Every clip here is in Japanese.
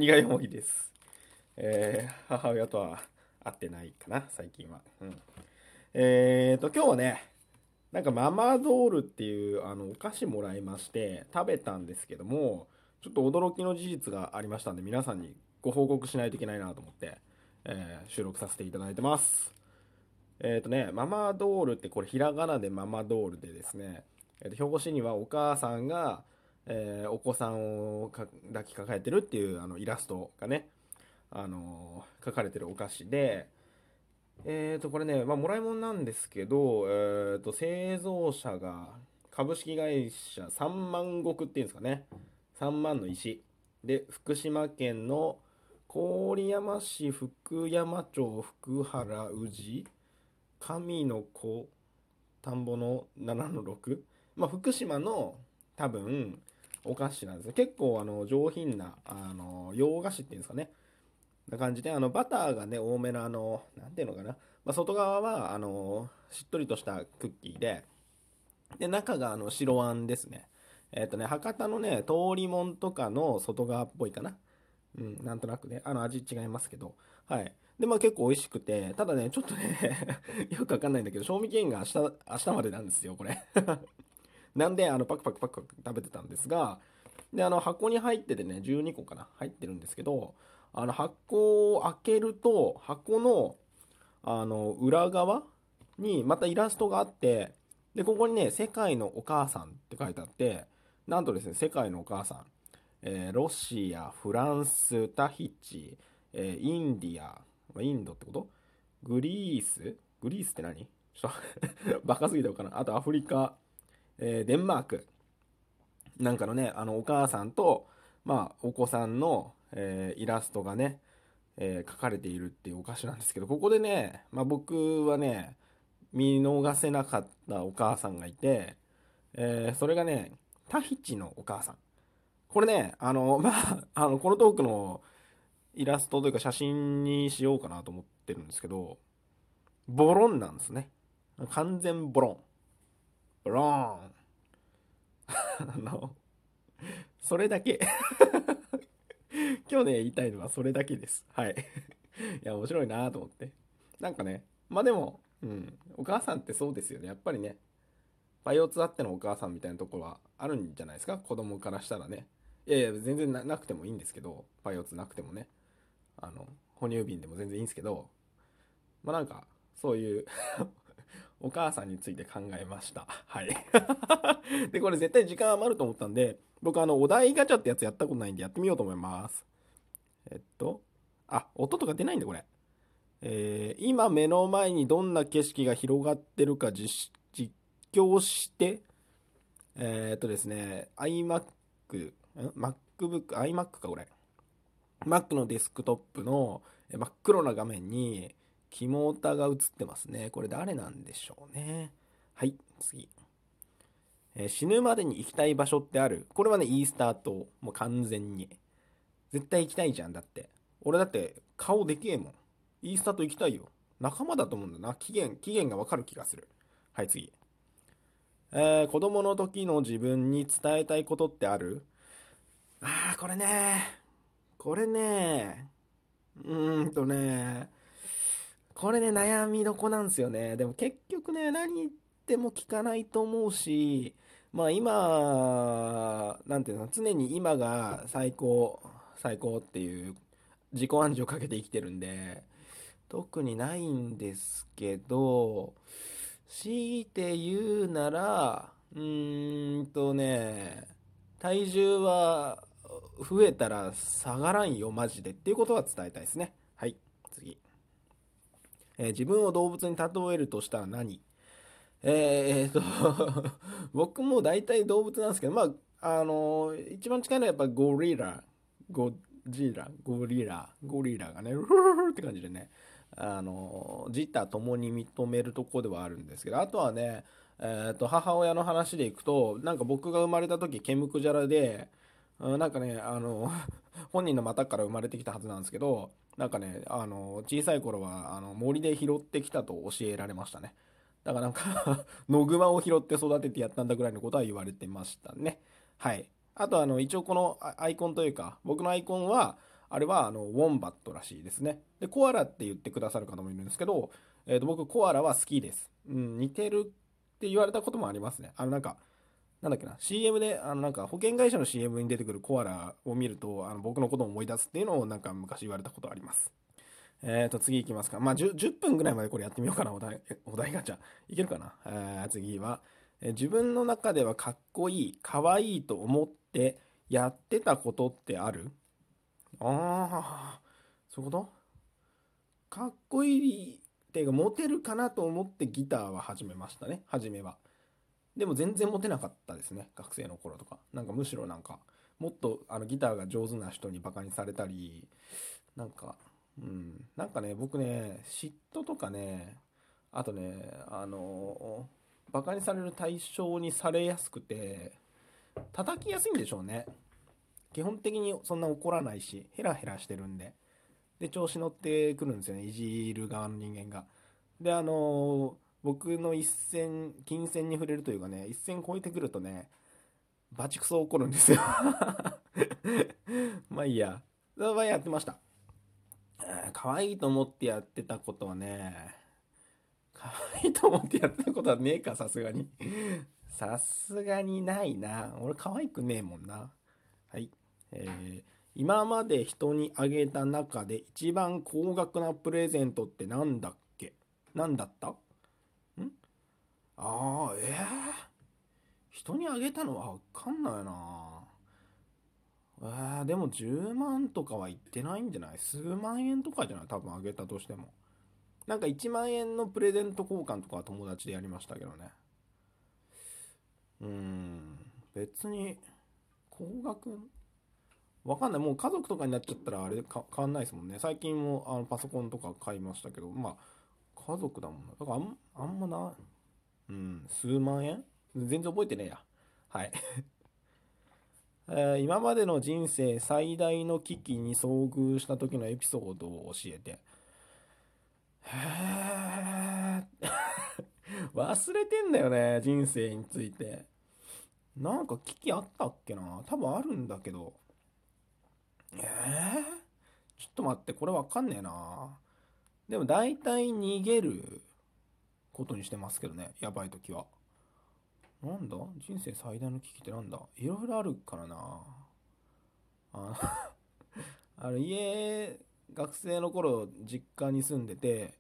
苦い思いです。母親とは会ってないかな、最近は。今日はね、なんかママドールっていうお菓子もらいまして、食べたんですけども、ちょっと驚きの事実がありましたんで、皆さんにご報告しないといけないなと思って、収録させていただいてます。ママドールってこれひらがなでママドールでですね、表紙にはお母さんが、お子さんを抱きかかえてるっていうイラストがね、書かれてるお菓子で、これね、まあ、もらい物なんですけど、製造者が株式会社三万石っていうんですかね。三万の石。で、福島県の郡山市福山町福原宇治神の子田んぼの7の6。まあ、福島の多分お菓子なんですね。結構上品な洋菓子っていうんですかね。な感じで、バターがね、多めのなんていうのかな。まあ、外側は、しっとりとしたクッキーで、中が白あんですね。博多のね、通りもんとかの外側っぽいかな。うん、なんとなくね、味違いますけど。はい。で、まあ結構美味しくて、ただね、ちょっとねよくわかんないんだけど、賞味期限が明日までなんですよ、これなんで、パクパクパクパク食べてたんですが、で、箱に入っててね、12個かな、入ってるんですけど、箱を開けると、箱の、裏側にまたイラストがあって、で、ここにね、世界のお母さんって書いてあって、なんとですね、世界のお母さん、ロシア、フランス、タヒチ、インディア、インドってこと、グリースって何、ちょっとバカすぎたのかな、あとアフリカ、デンマークなんかのね、お母さんと、まあ、お子さんの、イラストがね、書かれているっていうお菓子なんですけど、ここでね、まあ、僕はね、見逃せなかったお母さんがいて、それがね、タヒチのお母さん。これね、まあ、このトークのイラストというか写真にしようかなと思ってるんですけど、ボロンなんですね。完全ボロン。ボローン。あの、それだけ今日ね、言いたいのはそれだけです。はい。いや、面白いなと思って。なんかね、まあでも、うん、お母さんってそうですよね。やっぱりね、パイオツあってのお母さんみたいなところはあるんじゃないですか、子供からしたらね。いやいや、全然なくてもいいんですけど、パイオツなくてもね、哺乳瓶でも全然いいんですけど、まあなんか、そういうお母さんについて考えました。はい。で、これ絶対時間余ると思ったんで、僕お題ガチャってやつやったことないんでやってみようと思います。えっと、音とか出ないんだ、これ。今目の前にどんな景色が広がってるか実況して、ですね、MacBook、iMac か、これ。Mac のデスクトップの真っ黒な画面に、キモータが映ってますね。これ誰なんでしょうね。はい、次。死ぬまでに行きたい場所ってある？これはね、イースター島。もう完全に。絶対行きたいじゃん、だって。俺だって顔でけえもん。イースター島行きたいよ。仲間だと思うんだな。期限がわかる気がする。はい、次。子供の時の自分に伝えたいことってある？これね。これね。これね、悩みどこなんですよね。でも結局ね、何言っても聞かないと思うし、まあ今、なんていうの、常に今が最高っていう自己暗示をかけて生きてるんで、特にないんですけど、強いて言うなら、体重は増えたら下がらんよ、マジでっていうことは伝えたいですね。はい、次。自分を動物に例えるとしたら何？僕も大体動物なんですけど、まあ、一番近いのはやっぱゴリラがね、フフフって感じでね、自他共に認めるとこではあるんですけど、あとはね、母親の話でいくと、なんか僕が生まれた時、ケムクジャラで、なんかね、本人の股から生まれてきたはずなんですけど、なんかね、小さい頃は、森で拾ってきたと教えられましたね。だからなんかノグマを拾って育ててやったんだぐらいのことは言われてましたね。はい。あと一応このアイコンというか、僕のアイコンは、 あれはウォンバットらしいですね。で、コアラって言ってくださる方もいるんですけど、僕コアラは好きです。うん、似てるって言われたこともありますね。なんか、なんだっけな、CM で、なんか保険会社の CM に出てくるコアラを見ると、僕のことを思い出すっていうのをなんか昔言われたことあります。次行きますか。まあ、10分ぐらいまでこれやってみようかな、お題ガチャ。いけるかな。次は、自分の中ではかっこいい、かわいいと思ってやってたことってある？ああー、そういうこと？かっこいいっていうか、モテるかなと思ってギターは始めましたね、初めは。でも全然モテなかったですね、学生の頃とか。なんかむしろなんか、もっとギターが上手な人にバカにされたり、なんか、なんかね、僕ね、嫉妬とかね、あとね、バカにされる対象にされやすくて、叩きやすいんでしょうね。基本的にそんな怒らないし、ヘラヘラしてるんで。で、調子乗ってくるんですよね、いじる側の人間が。で、僕の金銭に触れるというかね、一線超えてくるとね、バチクソ怒るんですよ。まあいいや。その場合やってました。可愛いと思ってやってたことはね、可愛いと思ってやってたことはねえか、さすがに。さすがにないな。俺可愛くねえもんな。はい。今まで人にあげた中で一番高額なプレゼントってなんだっけ？なんだった？ああー、人にあげたのはわかんないな。でも10万とかは言ってないんじゃない？数万円とかじゃない？多分あげたとしても。なんか1万円のプレゼント交換とかは友達でやりましたけどね。別に、高額わかんない。もう家族とかになっちゃったらあれ変わんないですもんね。最近もパソコンとか買いましたけど、まあ、家族だもんな。だからあんまな、数万円全然覚えてねえや。はい。今までの人生最大の危機に遭遇した時のエピソードを教えて。忘れてんだよね、人生について。なんか危機あったっけな？多分あるんだけど。ちょっと待って、これわかんねえな。でも大体逃げることにしてますけどね、やばい時は。なんだ人生最大の危機ってなんだ？いろいろあるからな。あ学生の頃、実家に住んでて、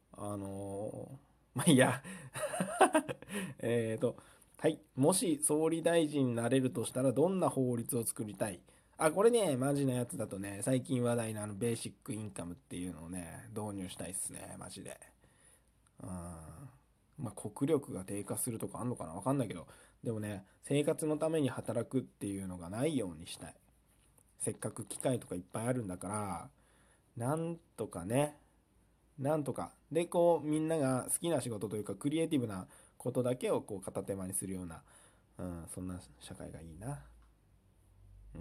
まあ、いいや。えーと、はい。もし総理大臣になれるとしたら、どんな法律を作りたい？これね、マジなやつだとね、最近話題のベーシックインカムっていうのをね、導入したいっすね、マジで。うん。まあ、国力が低下するとかあんのかなわかんないけど、でもね、生活のために働くっていうのがないようにしたい。せっかく機会とかいっぱいあるんだから、なんとかね、なんとか。で、こう、みんなが好きな仕事というか、クリエイティブなことだけをこう片手間にするような、そんな社会がいいな。うん。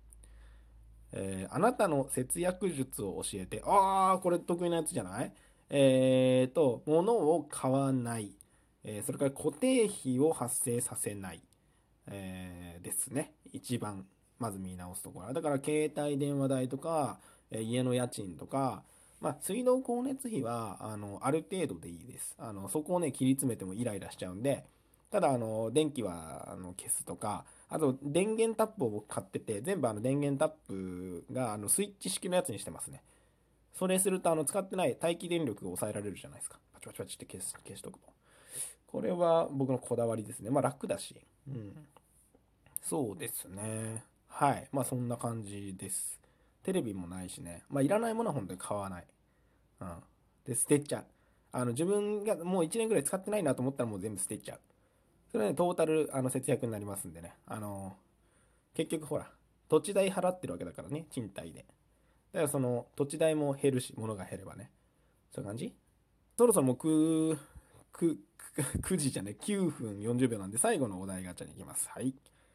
あなたの節約術を教えて。これ得意なやつじゃない？物を買わない。それから固定費を発生させない。ですね。一番、まず見直すところ。だから、携帯電話代とか、家の家賃とか、まあ、水道光熱費は、ある程度でいいです。そこをね、切り詰めてもイライラしちゃうんで、ただ、電気は、消すとか、あと、電源タップを僕買ってて、全部電源タップが、スイッチ式のやつにしてますね。それすると、使ってない待機電力を抑えられるじゃないですか。パチパチパチって消しとくと。これは僕のこだわりですね。まあ、楽だし。うん。そうですね。はい。まあそんな感じです。テレビもないしね。まあいらないものは本当に買わない。うん。で、捨てちゃう。自分がもう1年ぐらい使ってないなと思ったらもう全部捨てちゃう。それはね、トータル、節約になりますんでね。結局ほら、土地代払ってるわけだからね、賃貸で。だからその、土地代も減るし、物が減ればね。そういう感じ？そろそろもう9時じゃね、9分40秒なんで最後のお題ガチャに行きます。はい。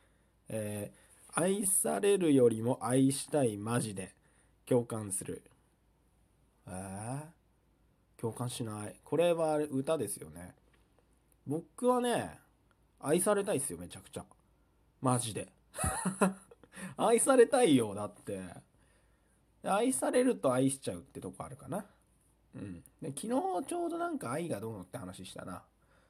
愛されるよりも愛したいマジで共感する。共感しない。これは歌ですよね。僕はね、愛されたいっすよ、めちゃくちゃ。マジで。愛されたいよ、だって。 愛されると愛しちゃうってとこあるかな。うん。で、昨日ちょうどなんか愛がどうのって話したな。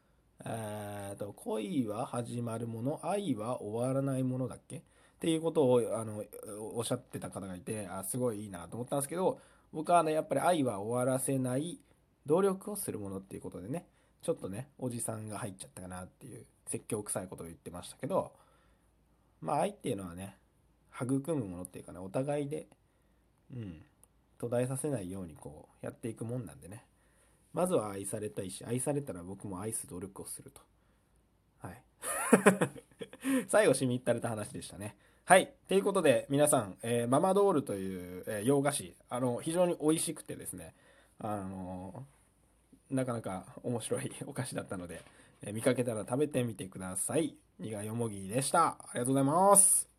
恋は始まるもの、愛は終わらないものだっけっていうことを、おっしゃってた方がいて、すごいいいなと思ったんですけど、僕はね、やっぱり愛は終わらせない努力をするものっていうことでね、ちょっとね、おじさんが入っちゃったかなっていう説教臭いことを言ってましたけど、まあ愛っていうのはね、育むものっていうかね、お互いで、うん、途絶えさせないようにこうやっていくもんなんでね。まずは愛されたいし、愛されたら僕も愛す努力をすると。はい。最後、しみったれた話でしたね。はい。ということで、皆さん、ママドールという、洋菓子、非常に美味しくてですね、あのなかなか面白いお菓子だったので、見かけたら食べてみてください。苦よもぎでした。ありがとうございます。